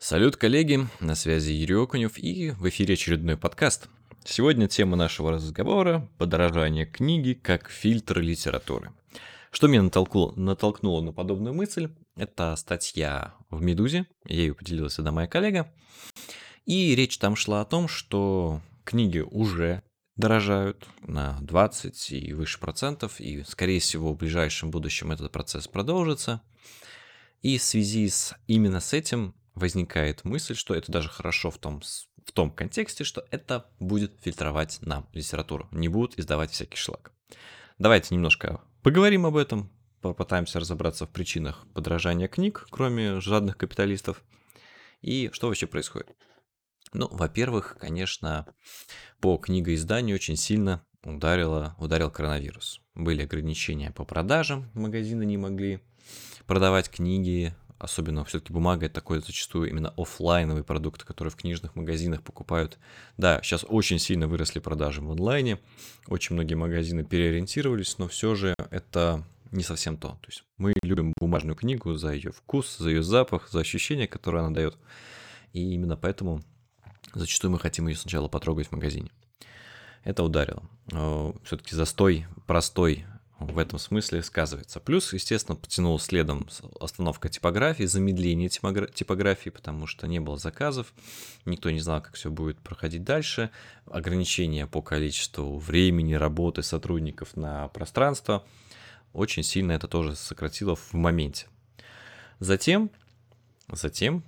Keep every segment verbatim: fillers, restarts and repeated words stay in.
Салют, коллеги! На связи Юрий Окунев и в эфире очередной подкаст. Сегодня тема нашего разговора– подорожание книги как фильтр литературы. Что меня натолкнуло, натолкнуло на подобную мысль? Это статья в «Медузе», ею поделилась одна моя коллега. И речь там шла о том, что книги уже дорожают на двадцать и выше процентов, и, скорее всего, в ближайшем будущем этот процесс продолжится. И в связи с именно с этим возникает мысль, что это даже хорошо в том, с- в том контексте, что это будет фильтровать нам литературу, не будут издавать всякий шлак. Давайте немножко поговорим об этом, попытаемся разобраться в причинах подорожания книг, кроме жадных капиталистов, и что вообще происходит. Ну, во-первых, конечно, по книгоизданию очень сильно ударило, ударил коронавирус. Были ограничения по продажам, магазины не могли продавать книги, особенно все-таки бумага это такой зачастую именно оффлайновый продукт, который в книжных магазинах покупают. Да, сейчас очень сильно выросли продажи в онлайне, очень многие магазины переориентировались, но все же это не совсем то. То есть мы любим бумажную книгу за ее вкус, за ее запах, за ощущение, которое она дает. И именно поэтому зачастую мы хотим ее сначала потрогать в магазине. Это ударило. Все-таки застой простой в этом смысле сказывается. Плюс, естественно, потянул следом остановка типографии, замедление типографии, потому что не было заказов, никто не знал, как все будет проходить дальше, ограничения по количеству времени работы сотрудников на пространство. Очень сильно это тоже сократило в моменте. Затем, затем,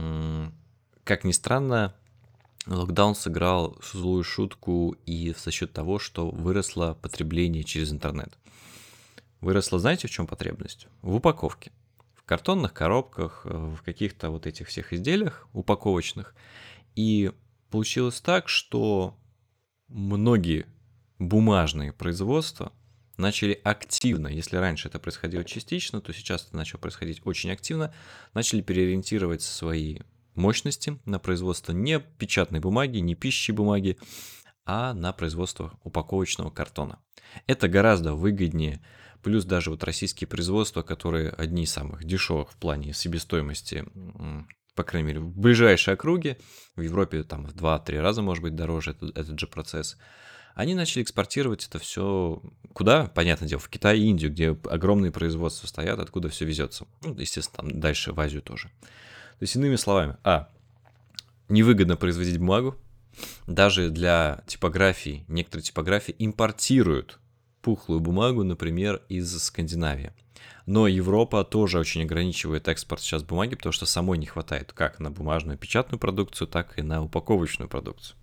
как ни странно, локдаун сыграл злую шутку и за счет того, что выросло потребление через интернет. Выросло, знаете, в чем потребность? В упаковке. В картонных коробках, в каких-то вот этих всех изделиях упаковочных. И получилось так, что многие бумажные производства начали активно, если раньше это происходило частично, то сейчас это начало происходить очень активно, начали переориентировать свои мощности на производство не печатной бумаги, не пищи бумаги, а на производство упаковочного картона. Это гораздо выгоднее. Плюс даже вот российские производства, которые одни из самых дешевых в плане себестоимости, по крайней мере, в ближайшей округе, в Европе там в два-три раза, может быть, дороже этот, этот же процесс, они начали экспортировать это все куда? Понятное дело, в Китай и Индию, где огромные производства стоят, откуда все везется. Ну, естественно, там дальше в Азию тоже. То есть, иными словами, а, невыгодно производить бумагу, даже для типографий, некоторые типографии импортируют пухлую бумагу, например, из Скандинавии. Но Европа тоже очень ограничивает экспорт сейчас бумаги, потому что самой не хватает как на бумажную печатную продукцию, так и на упаковочную продукцию.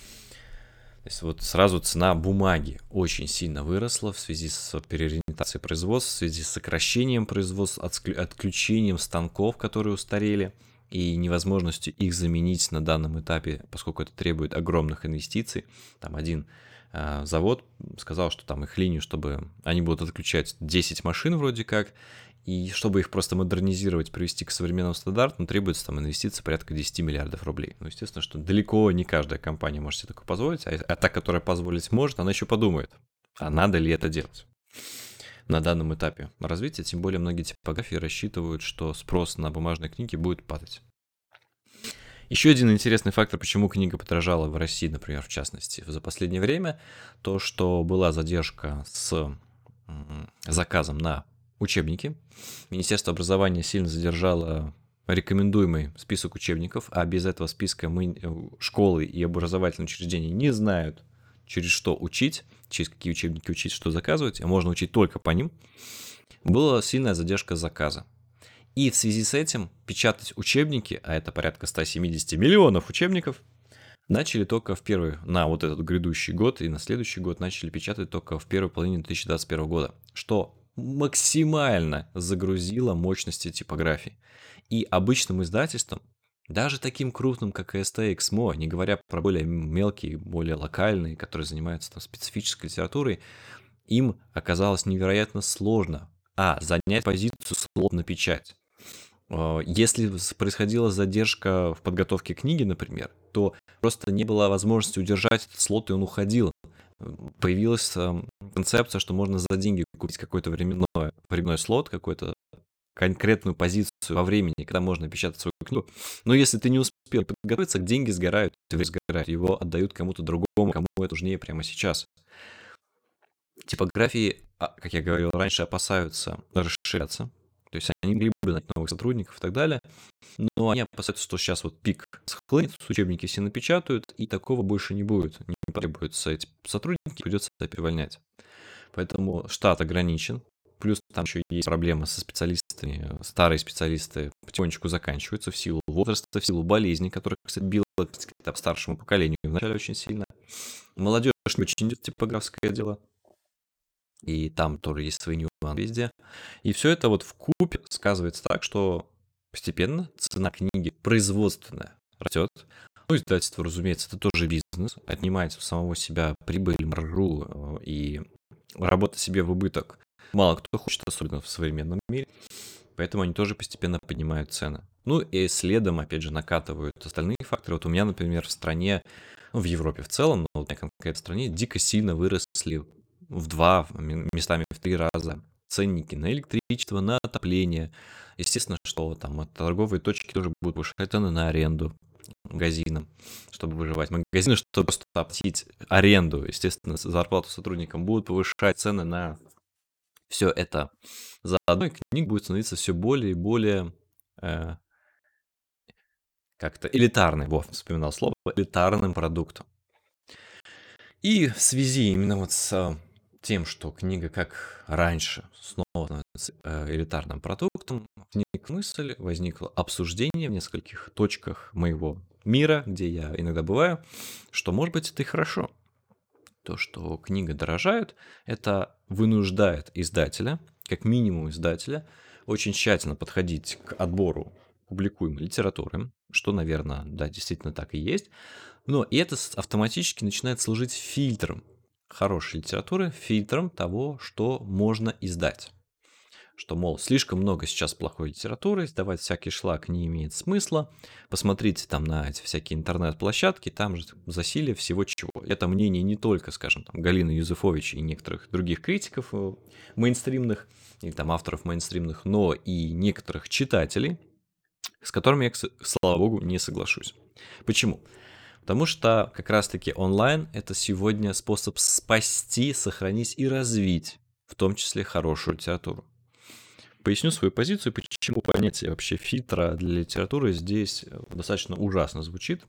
То есть вот сразу цена бумаги очень сильно выросла в связи с переориентацией производства, в связи с сокращением производства, отключением станков, которые устарели, и невозможностью их заменить на данном этапе, поскольку это требует огромных инвестиций. Там один э, завод сказал, что там их линию, чтобы они будут отключать десять машин вроде как, и чтобы их просто модернизировать, привести к современному стандарту, требуется там инвестиции порядка десять миллиардов рублей. Ну, естественно, что далеко не каждая компания может себе такое позволить, а, а та, которая позволить может, она еще подумает, а надо ли это делать на данном этапе развития, тем более многие типографии рассчитывают, что спрос на бумажные книги будет падать. Еще один интересный фактор, почему книга подорожала в России, например, в частности, за последнее время, то, что была задержка с заказом на учебники. Министерство образования сильно задержало рекомендуемый список учебников, а без этого списка мы, школы и образовательные учреждения не знают, через что учить, через какие учебники учить, что заказывать, а можно учить только по ним. Была сильная задержка заказа. И в связи с этим печатать учебники, а это порядка сто семьдесят миллионов учебников, начали только в первый, на вот этот грядущий год и на следующий год начали печатать только в первой половине две тысячи двадцать первого года, что максимально загрузило мощности типографии. И обычным издательствам, даже таким крупным, как ЭСТ и Эксмо, не говоря про более мелкие, более локальные, которые занимаются там специфической литературой, им оказалось невероятно сложно, а, занять позицию слот на печать. Если происходила задержка в подготовке книги, например, то просто не было возможности удержать этот слот, и он уходил. Появилась концепция, что можно за деньги купить какой-то временной, временной слот, какой-то конкретную позицию во времени, когда можно печатать свою книгу. Но если ты не успел подготовиться, деньги сгорают, время сгорает, его отдают кому-то другому, кому это нужнее прямо сейчас. Типографии, а, как я говорил раньше, опасаются расширяться. То есть они могли бы нанять новых сотрудников и так далее, но они опасаются, что сейчас вот пик схлынет, учебники все напечатают, и такого больше не будет. Не потребуются эти сотрудники, придется опять увольнять. Поэтому штат ограничен. Плюс там еще есть проблема со специалистами. Старые специалисты потихонечку заканчиваются в силу возраста, в силу болезней, которых, кстати, било по старшему поколению вначале очень сильно. Молодежь не очень идет в типографское дело. И там тоже есть свои нюансы везде. И все это вот вкупе сказывается так, что постепенно цена книги производственная растет. Ну, издательство, разумеется, это тоже бизнес. Отнимать у самого себя прибыль, маржу э, и работать себе в убыток мало кто хочет, особенно в современном мире. Поэтому они тоже постепенно поднимают цены. Ну и следом, опять же, накатывают остальные факторы. Вот у меня, например, в стране, ну, в Европе в целом, но вот в конкретной стране дико сильно выросли в два, местами в три раза ценники на электричество, на отопление. Естественно, что там торговые точки тоже будут повышать цены на аренду магазинам, чтобы выживать. Магазины, чтобы просто оплатить аренду, естественно, зарплату сотрудникам, будут повышать цены на все это. Заодно и книг будет становиться все более и более э, как-то элитарной, вот, вспоминал слово, элитарным продуктом. И в связи именно вот с тем, что книга, как раньше, снова становится э, элитарным продуктом, возникла мысль, возникло обсуждение в нескольких точках моего мира, где я иногда бываю, что, может быть, это и хорошо. То, что книга дорожает, это вынуждает издателя, как минимум издателя, очень тщательно подходить к отбору публикуемой литературы, что, наверное, да, действительно так и есть. Но и это автоматически начинает служить фильтром хорошей литературы, фильтром того, что можно издать. Что, мол, слишком много сейчас плохой литературы, издавать всякий шлак не имеет смысла. Посмотрите там на эти всякие интернет-площадки, там же засилие всего чего. Это мнение не только, скажем, там, Галины Юзефович и некоторых других критиков мейнстримных, или там авторов мейнстримных, но и некоторых читателей, с которыми я, слава богу, не соглашусь. Почему? Потому что как раз-таки онлайн – это сегодня способ спасти, сохранить и развить, в том числе, хорошую литературу. Поясню свою позицию, почему понятие вообще фильтра для литературы здесь достаточно ужасно звучит.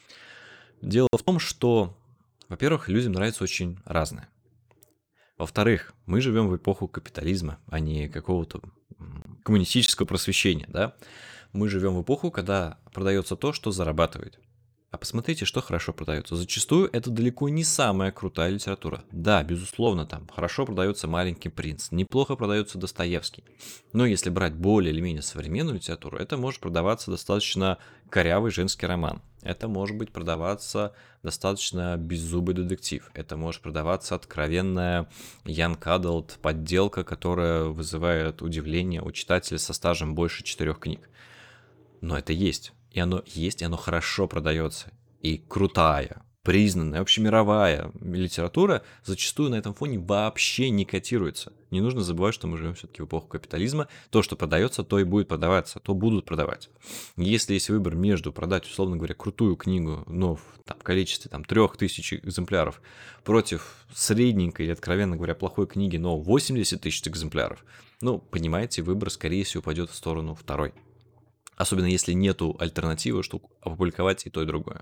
Дело в том, что, во-первых, людям нравится очень разное. Во-вторых, мы живем в эпоху капитализма, а не какого-то коммунистического просвещения, да? Мы живем в эпоху, когда продается то, что зарабатывает. А посмотрите, что хорошо продается. Зачастую это далеко не самая крутая литература. Да, безусловно, там хорошо продается «Маленький принц», неплохо продается Достоевский. Но если брать более или менее современную литературу, это может продаваться достаточно корявый женский роман. Это может быть продаваться достаточно беззубый детектив. Это может продаваться откровенная young adult подделка, которая вызывает удивление у читателя со стажем больше четырех книг. Но это есть. И оно есть, и оно хорошо продается. И крутая, признанная, общемировая литература зачастую на этом фоне вообще не котируется. Не нужно забывать, что мы живем все-таки в эпоху капитализма. То, что продается, то и будет продаваться, то будут продавать. Если есть выбор между продать, условно говоря, крутую книгу, но в там, количестве там, трех тысяч экземпляров, против средненькой или, откровенно говоря, плохой книги, но восемьдесят тысяч экземпляров, ну, понимаете, выбор, скорее всего, пойдет в сторону второй. Особенно если нету альтернативы, что опубликовать и то, и другое.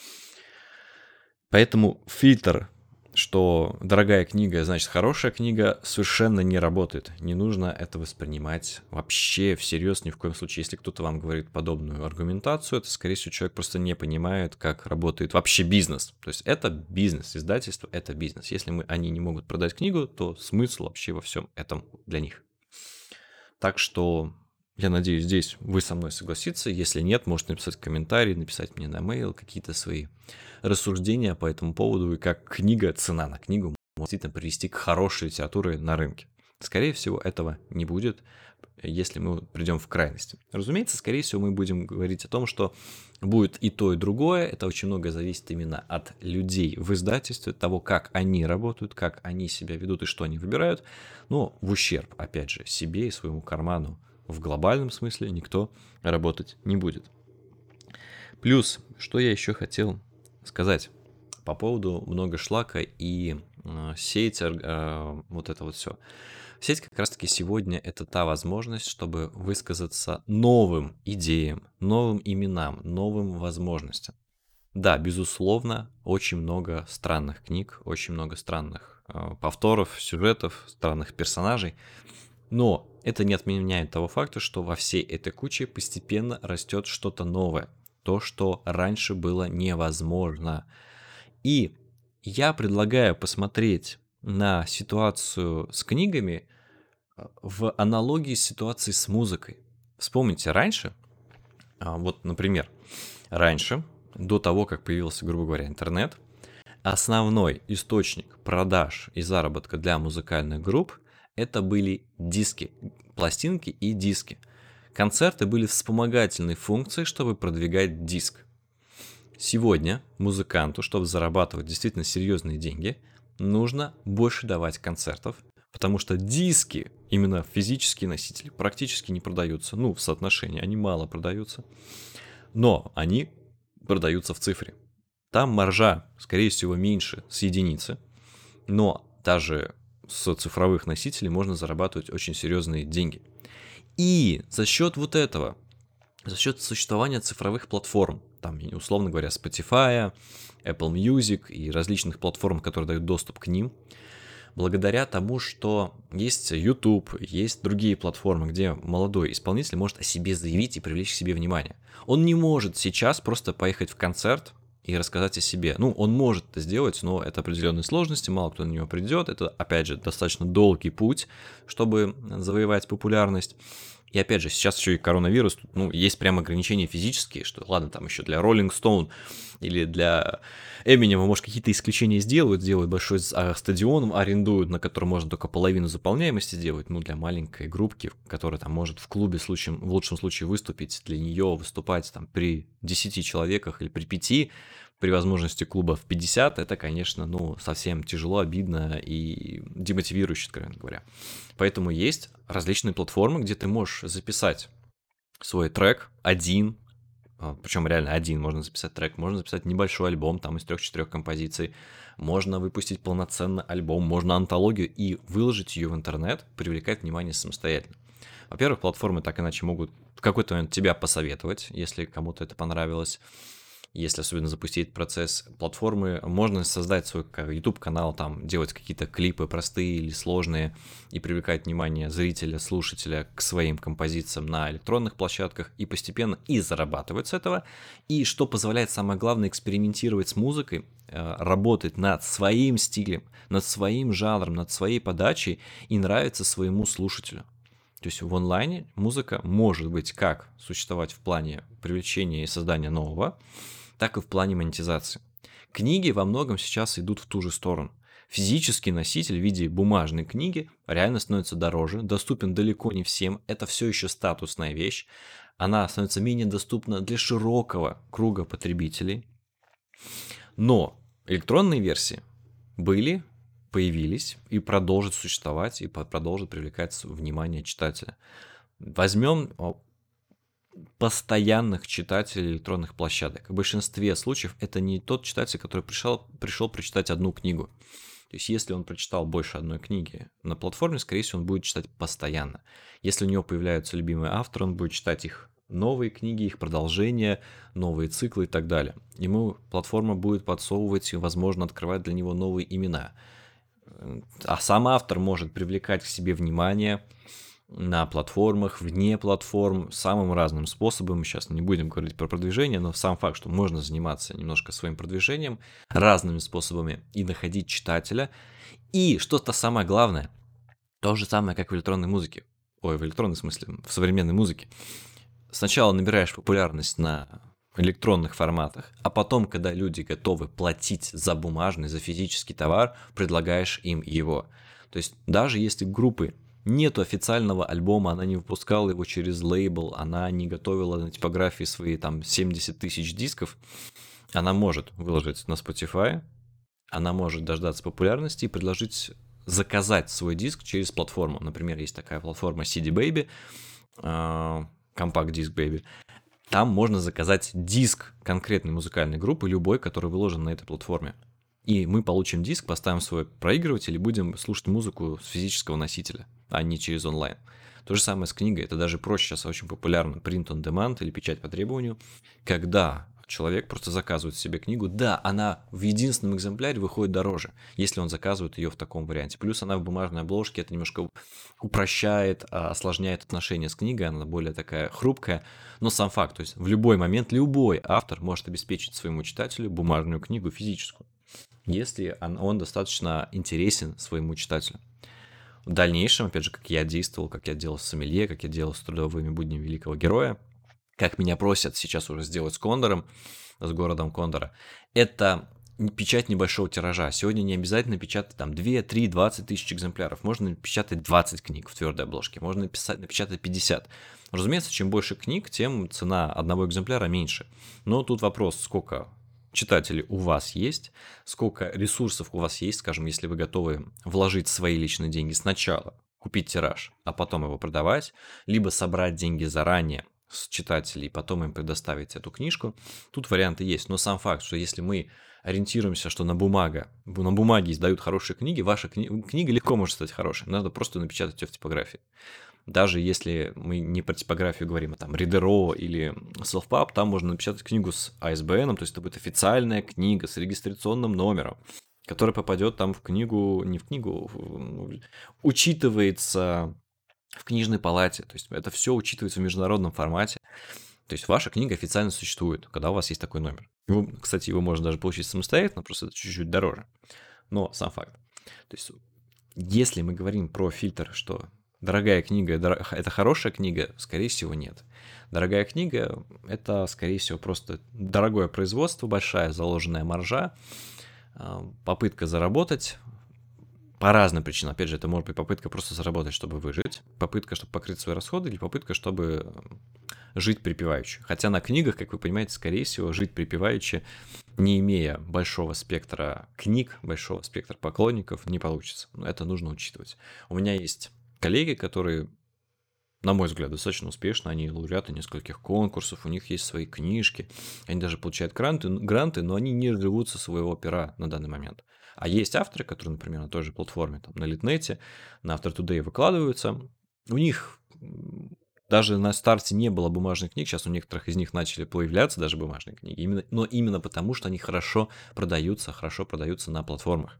Поэтому фильтр, что дорогая книга, значит хорошая книга, совершенно не работает. Не нужно это воспринимать вообще всерьез ни в коем случае. Если кто-то вам говорит подобную аргументацию, это, скорее всего, человек просто не понимает, как работает вообще бизнес. То есть это бизнес, издательство – это бизнес. Если мы, они не могут продать книгу, то смысл вообще во всем этом для них. Так что... Я надеюсь, здесь вы со мной согласитесь. Если нет, можете написать комментарий, написать мне на mail какие-то свои рассуждения по этому поводу и как книга, цена на книгу может действительно привести к хорошей литературе на рынке. Скорее всего, этого не будет, если мы придем в крайности. Разумеется, скорее всего, мы будем говорить о том, что будет и то, и другое. Это очень многое зависит именно от людей в издательстве, от того, как они работают, как они себя ведут и что они выбирают. Но в ущерб, опять же, себе и своему карману в глобальном смысле никто работать не будет. Плюс, что я еще хотел сказать по поводу много шлака и э, сеть, э, вот это вот все. Сеть как раз-таки сегодня это та возможность, чтобы высказаться новым идеям, новым именам, новым возможностям. Да, безусловно, очень много странных книг, очень много странных э, повторов, сюжетов, странных персонажей, но это не отменяет того факта, что во всей этой куче постепенно растет что-то новое, то, что раньше было невозможно. И я предлагаю посмотреть на ситуацию с книгами а, в аналогии с ситуацией с музыкой. Вспомните, раньше, а, вот, например, раньше, до того, как появился, грубо говоря, интернет, основной источник продаж и заработка для музыкальных групп это были диски, пластинки и диски. Концерты были вспомогательной функцией, чтобы продвигать диск. Сегодня музыканту, чтобы зарабатывать действительно серьезные деньги, нужно больше давать концертов, потому что диски, именно физические носители, практически не продаются. Ну, в соотношении они мало продаются, но они продаются в цифре. Там маржа, скорее всего, меньше с единицы, но даже с цифровых носителей можно зарабатывать очень серьезные деньги. И за счет вот этого, за счет существования цифровых платформ, там, условно говоря, Spotify, Apple Music и различных платформ, которые дают доступ к ним, благодаря тому, что есть YouTube, есть другие платформы, где молодой исполнитель может о себе заявить и привлечь к себе внимание. Он не может сейчас просто поехать в концерт и рассказать о себе. Ну, он может это сделать, но это определенные сложности, мало кто на него придет. Это, опять же, достаточно долгий путь, чтобы завоевать популярность. И опять же, сейчас еще и коронавирус, ну, есть прям ограничения физические, что, ладно, там еще для Rolling Stone или для Эминема, может, какие-то исключения сделают, сделают большой стадион, арендуют, на котором можно только половину заполняемости сделать, ну, для маленькой группки, которая там может в клубе в, случае, в лучшем случае выступить, для нее выступать там при десяти человеках или при пяти, при возможности клуба в пятьдесят, это, конечно, ну, совсем тяжело, обидно и демотивирующе, откровенно говоря. Поэтому есть различные платформы, где ты можешь записать свой трек один, причем реально один, можно записать трек, можно записать небольшой альбом, там из трех-четырех композиций, можно выпустить полноценный альбом, можно антологию и выложить ее в интернет, привлекать внимание самостоятельно. Во-первых, платформы так иначе могут в какой-то момент тебя посоветовать, если кому-то это понравилось. Если особенно запустить процесс платформы, можно создать свой YouTube-канал, там делать какие-то клипы простые или сложные и привлекать внимание зрителя, слушателя к своим композициям на электронных площадках и постепенно и зарабатывать с этого. И что позволяет, самое главное, экспериментировать с музыкой, работать над своим стилем, над своим жанром, над своей подачей и нравиться своему слушателю. То есть в онлайне музыка может быть как существовать в плане привлечения и создания нового, так и в плане монетизации. Книги во многом сейчас идут в ту же сторону. Физический носитель в виде бумажной книги реально становится дороже, доступен далеко не всем, это все еще статусная вещь, она становится менее доступна для широкого круга потребителей. Но электронные версии были, появились и продолжат существовать, и продолжат привлекать внимание читателя. Возьмем постоянных читателей электронных площадок. В большинстве случаев это не тот читатель, который пришел, пришел прочитать одну книгу. То есть если он прочитал больше одной книги на платформе, скорее всего, он будет читать постоянно. Если у него появляются любимые авторы, он будет читать их новые книги, их продолжения, новые циклы и так далее. Ему платформа будет подсовывать и, возможно, открывать для него новые имена. А сам автор может привлекать к себе внимание на платформах, вне платформ, самым разным способом. Мы сейчас не будем говорить про продвижение, но сам факт, что можно заниматься немножко своим продвижением разными способами и находить читателя. И что-то самое главное, то же самое, как в электронной музыке. Ой, в электронной смысле, в современной музыке. Сначала набираешь популярность на электронных форматах, а потом, когда люди готовы платить за бумажный, за физический товар, предлагаешь им его. То есть даже если группы нету официального альбома, она не выпускала его через лейбл, она не готовила на типографии свои там семьдесят тысяч дисков, она может выложить на Spotify, она может дождаться популярности и предложить заказать свой диск через платформу. Например, есть такая платформа си ди Baby, а, Compact Disc Baby. Там можно заказать диск конкретной музыкальной группы, любой, который выложен на этой платформе. И мы получим диск, поставим свой проигрыватель и будем слушать музыку с физического носителя, а не через онлайн. То же самое с книгой. Это даже проще, сейчас очень популярно print on demand или печать по требованию, когда человек просто заказывает себе книгу. Да, она в единственном экземпляре выходит дороже, если он заказывает ее в таком варианте. Плюс она в бумажной обложке, это немножко упрощает, а, осложняет отношения с книгой, она более такая хрупкая. Но сам факт, то есть в любой момент любой автор может обеспечить своему читателю бумажную книгу физическую, если он, он достаточно интересен своему читателю. В дальнейшем, опять же, как я действовал, как я делал с Сомелье, как я делал с трудовыми буднями великого героя, как меня просят сейчас уже сделать с Кондором, с городом Кондора, это печать небольшого тиража. Сегодня не обязательно печатать там два, три, двадцать тысяч экземпляров. Можно напечатать двадцать книг в твердой обложке, можно написать, напечатать пятьдесят. Разумеется, чем больше книг, тем цена одного экземпляра меньше. Но тут вопрос, сколько читателей у вас есть, сколько ресурсов у вас есть, скажем, если вы готовы вложить свои личные деньги сначала, купить тираж, а потом его продавать, либо собрать деньги заранее с читателей, потом им предоставить эту книжку. Тут варианты есть, но сам факт, что если мы ориентируемся, что на бумага, на бумаге издают хорошие книги, ваша кни- книга легко может стать хорошей, надо просто напечатать ее в типографии. Даже если мы не про типографию говорим, а там Reader.ro или Selfpub, там можно напечатать книгу с ай эс би эн, то есть это будет официальная книга с регистрационным номером, которая попадет там в книгу, не в книгу, в- учитывается в книжной палате, то есть это все учитывается в международном формате. То есть ваша книга официально существует, когда у вас есть такой номер. Его, кстати, его можно даже получить самостоятельно, просто это чуть-чуть дороже. Но сам факт. То есть если мы говорим про фильтр, что дорогая книга – это хорошая книга, скорее всего, нет. Дорогая книга – это, скорее всего, просто дорогое производство, большая заложенная маржа, а, попытка заработать по разным причинам. Опять же, это может быть попытка просто заработать, чтобы выжить, попытка, чтобы покрыть свои расходы, или попытка, чтобы жить припеваючи. Хотя на книгах, как вы понимаете, скорее всего, жить припеваючи, не имея большого спектра книг, большого спектра поклонников, не получится. Но это нужно учитывать. У меня есть коллеги, которые, на мой взгляд, достаточно успешно, они лауреаты нескольких конкурсов, у них есть свои книжки, они даже получают гранты, гранты, но они не живут со своего пера на данный момент. А есть авторы, которые, например, на той же платформе, там, на Литнете, на Автор Today выкладываются, у них даже на старте не было бумажных книг, сейчас у некоторых из них начали появляться даже бумажные книги, именно, но именно потому, что они хорошо продаются, хорошо продаются на платформах.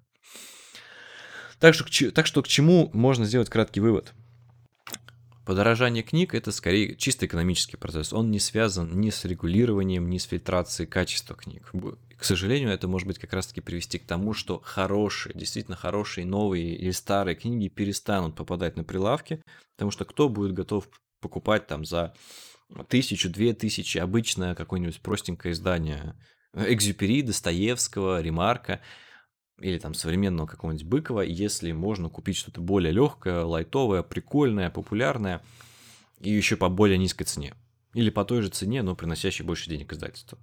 Так что, к че- так что к чему можно сделать краткий вывод? Подорожание книг – это скорее чисто экономический процесс. Он не связан ни с регулированием, ни с фильтрацией качества книг. Б- К сожалению, это может быть как раз-таки привести к тому, что хорошие, действительно хорошие новые или старые книги перестанут попадать на прилавки, потому что кто будет готов покупать там за тысячу, две тысячи обычное какое-нибудь простенькое издание Экзюпери, Достоевского, Ремарка или там современного какого-нибудь Быкова, если можно купить что-то более легкое, лайтовое, прикольное, популярное и еще по более низкой цене. Или по той же цене, но приносящей больше денег издательству.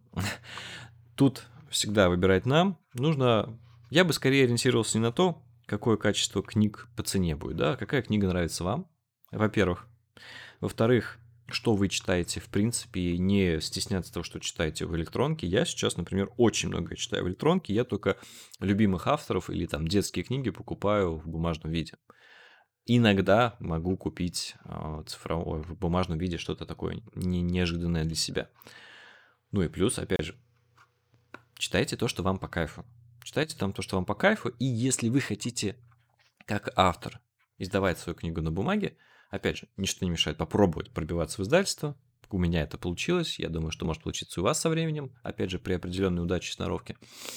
Тут всегда выбирать нам нужно... Я бы скорее ориентировался не на то, какое качество книг по цене будет, да, какая книга нравится вам, во-первых. Во-вторых, что вы читаете, в принципе, и не стесняться того, что читаете в электронке. Я сейчас, например, очень много читаю в электронке, я только любимых авторов или там детские книги покупаю в бумажном виде. Иногда могу купить э, цифровое, в бумажном виде что-то такое не- неожиданное для себя. Ну и плюс, опять же, читайте то, что вам по кайфу. Читайте там то, что вам по кайфу, и если вы хотите, как автор, издавать свою книгу на бумаге, опять же, ничто не мешает попробовать пробиваться в издательство. У меня это получилось, я думаю, что может получиться и у вас со временем, опять же, при определенной удаче и сноровке.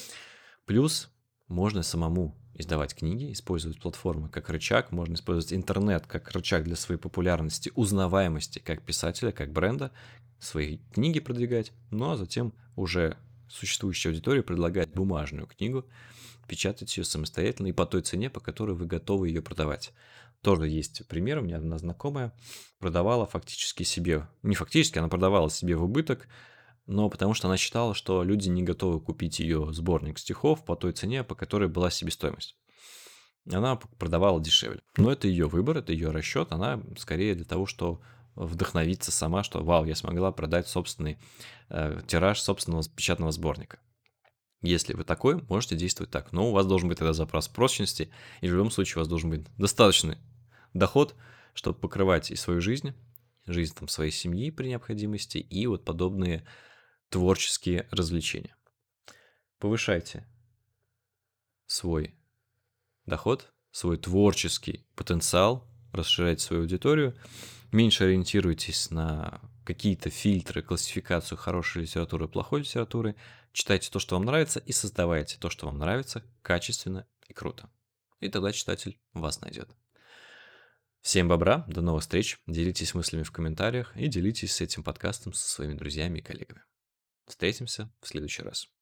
Плюс можно самому издавать книги, использовать платформы как рычаг, можно использовать интернет как рычаг для своей популярности, узнаваемости как писателя, как бренда, свои книги продвигать, ну а затем уже существующей аудитории предлагать бумажную книгу, печатать ее самостоятельно и по той цене, по которой вы готовы ее продавать. Тоже есть пример, у меня одна знакомая продавала фактически себе, не фактически, она продавала себе в убыток, но потому что она считала, что люди не готовы купить ее сборник стихов по той цене, по которой была себестоимость. Она продавала дешевле. Но это ее выбор, это ее расчет, она скорее для того, что вдохновиться сама, что вау, я смогла продать собственный э, тираж собственного печатного сборника. Если вы такой, можете действовать так. Но у вас должен быть тогда запрос прочности, и в любом случае у вас должен быть достаточный доход, чтобы покрывать и свою жизнь, жизнь там, своей семьи при необходимости, и вот подобные творческие развлечения. Повышайте свой доход, свой творческий потенциал, расширяйте свою аудиторию, меньше ориентируйтесь на какие-то фильтры, классификацию хорошей литературы, плохой литературы, читайте то, что вам нравится, и создавайте то, что вам нравится, качественно и круто. И тогда читатель вас найдет. Всем бобра, до новых встреч, делитесь мыслями в комментариях и делитесь этим подкастом со своими друзьями и коллегами. Встретимся в следующий раз.